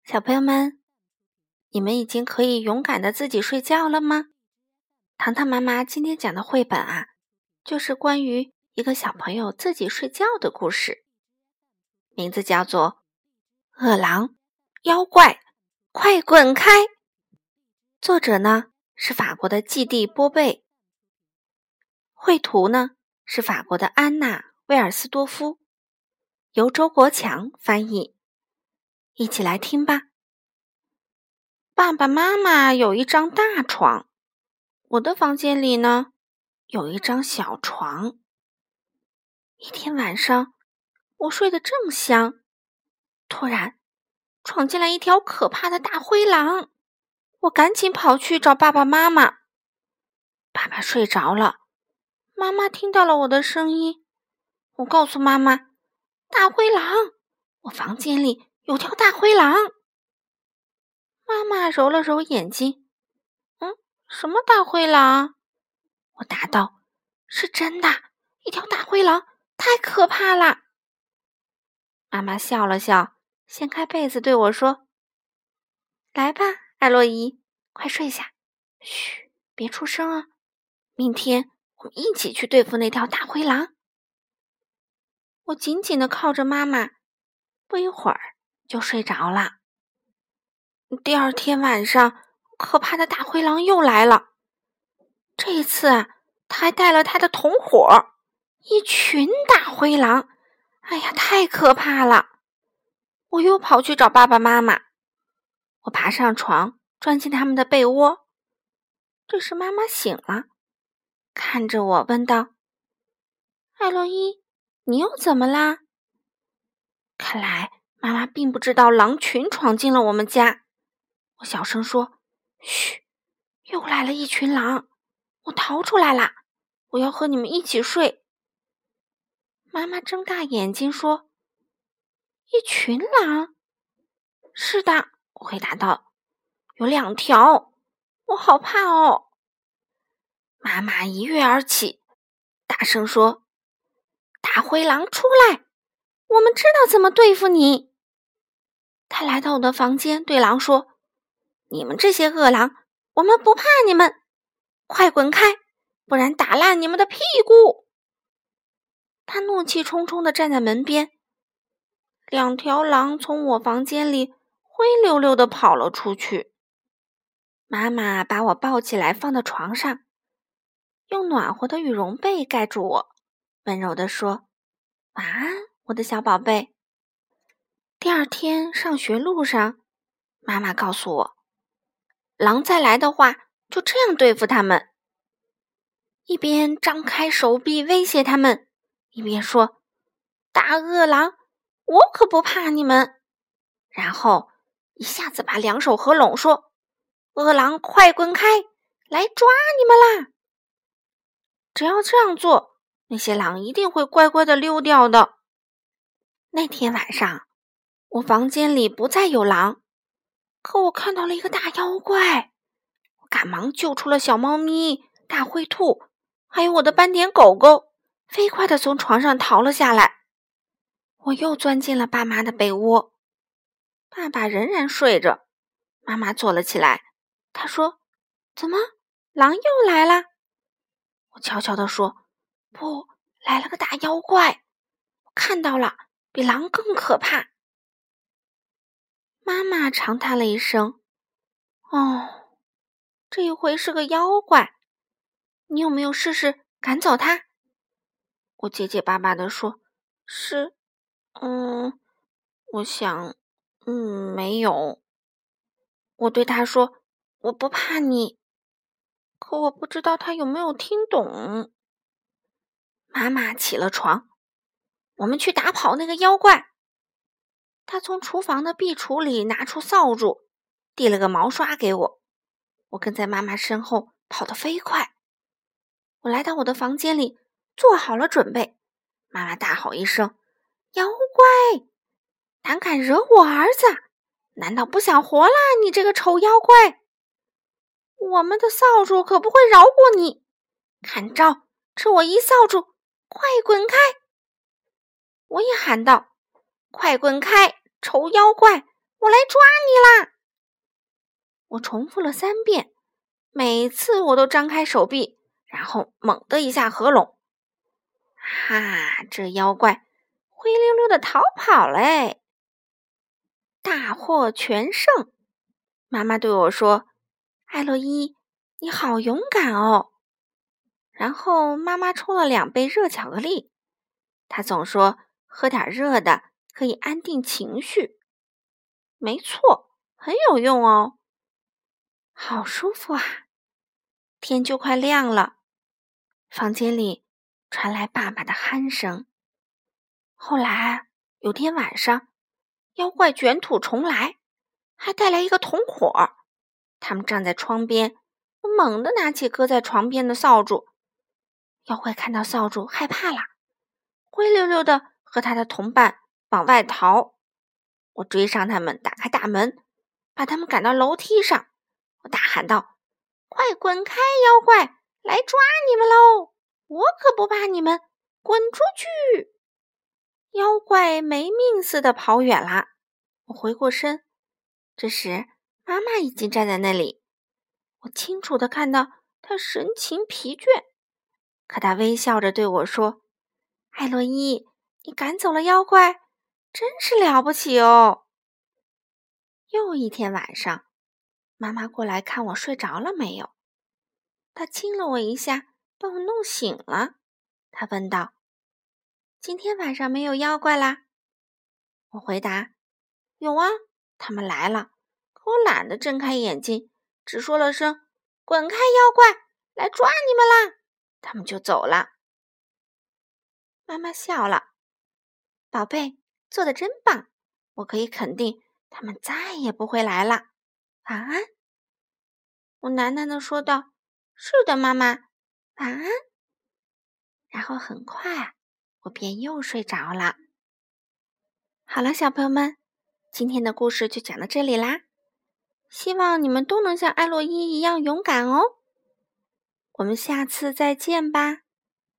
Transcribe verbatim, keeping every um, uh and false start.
小朋友们，你们已经可以勇敢的自己睡觉了吗？糖糖妈妈今天讲的绘本啊，就是关于一个小朋友自己睡觉的故事，名字叫做《饿狼妖怪快滚开》。作者呢是法国的季蒂·波贝，绘图呢是法国的安娜·威尔斯多夫，由周国强翻译。一起来听吧。爸爸妈妈有一张大床，我的房间里呢有一张小床。一天晚上，我睡得正香，突然闯进来一条可怕的大灰狼。我赶紧跑去找爸爸妈妈。爸爸睡着了，妈妈听到了我的声音。我告诉妈妈，大灰狼，我房间里有条大灰狼。妈妈揉了揉眼睛，嗯，什么大灰狼？我答道，是真的，一条大灰狼，太可怕了。妈妈笑了笑，掀开被子对我说，来吧，艾洛伊，快睡下，嘘，别出声啊，明天我们一起去对付那条大灰狼。我紧紧地靠着妈妈，不一会儿就睡着了。第二天晚上，可怕的大灰狼又来了。这一次啊，他还带了他的同伙，一群大灰狼。哎呀，太可怕了！我又跑去找爸爸妈妈。我爬上床，钻进他们的被窝。这时妈妈醒了，看着我问道，艾洛伊，你又怎么啦？看来妈妈并不知道狼群闯进了我们家。我小声说，嘘，又来了一群狼，我逃出来啦，我要和你们一起睡。妈妈睁大眼睛说，一群狼？是的，我回答道，有两条，我好怕哦。妈妈一跃而起，大声说，大灰狼出来，我们知道怎么对付你。她来到我的房间，对狼说，你们这些恶狼，我们不怕你们，快滚开，不然打烂你们的屁股。他怒气冲冲地站在门边，两条狼从我房间里灰溜溜地跑了出去。妈妈把我抱起来放到床上，用暖和的羽绒被盖住我，温柔地说，晚安，我的小宝贝。第二天上学路上，妈妈告诉我，狼再来的话，就这样对付他们。一边张开手臂威胁他们，一边说，大恶狼，我可不怕你们。然后一下子把两手合拢，说，恶狼快滚开，来抓你们啦。只要这样做，那些狼一定会乖乖地溜掉的。那天晚上，我房间里不再有狼，可我看到了一个大妖怪。我赶忙救出了小猫咪、大灰兔，还有我的斑点狗狗，飞快地从床上逃了下来。我又钻进了爸妈的被窝，爸爸仍然睡着。妈妈坐了起来，她说，怎么，狼又来了？我悄悄地说，不，来了个大妖怪，我看到了，比狼更可怕。妈妈长叹了一声，哦，这一回是个妖怪，你有没有试试赶走它？我结结巴巴地说，是，嗯，我想，嗯，没有。我对他说，我不怕你，可我不知道他有没有听懂。妈妈起了床，我们去打跑那个妖怪。他从厨房的壁橱里拿出扫帚，递了个毛刷给我。我跟在妈妈身后跑得飞快。我来到我的房间里，做好了准备。妈妈大吼一声，妖怪，胆敢惹我儿子，难道不想活啦，你这个丑妖怪？我们的扫帚可不会饶过你，看招，吃我一扫帚，快滚开！我也喊道，快滚开，丑妖怪， 我来抓你啦！”我重复了三遍，每次我都张开手臂，然后猛地一下合拢。哈，这妖怪灰溜溜的逃跑嘞！大获全胜。妈妈对我说：“艾洛伊，你好勇敢哦。”然后妈妈冲了两杯热巧克力，她总说喝点热的可以安定情绪。没错，很有用哦。好舒服啊！天就快亮了，房间里传来爸爸的鼾声。后来有天晚上，妖怪卷土重来，还带来一个同伙。他们站在窗边，我猛地拿起搁在床边的扫帚。妖怪看到扫帚害怕了，灰溜溜的和他的同伴往外逃。我追上他们，打开大门，把他们赶到楼梯上。我大喊道：“快滚开，妖怪，来抓你们喽！我可不怕你们，滚出去！”妖怪没命似的跑远了。我回过身，这时妈妈已经站在那里。我清楚地看到她神情疲倦，可她微笑着对我说：“艾洛伊，你赶走了妖怪，真是了不起哦。”又一天晚上，妈妈过来看我睡着了没有。她亲了我一下，把我弄醒了。她问道：“今天晚上没有妖怪啦？”我回答：“有啊，他们来了。”可我懒得睁开眼睛，只说了声“滚开，妖怪，来抓你们啦！”他们就走了。妈妈笑了：“宝贝，做得真棒，我可以肯定他们再也不会来了。晚安。”我喃喃地说道：“是的，妈妈，晚安。”然后很快啊，我便又睡着了。好了，小朋友们，今天的故事就讲到这里啦。希望你们都能像艾洛伊一样勇敢哦。我们下次再见吧。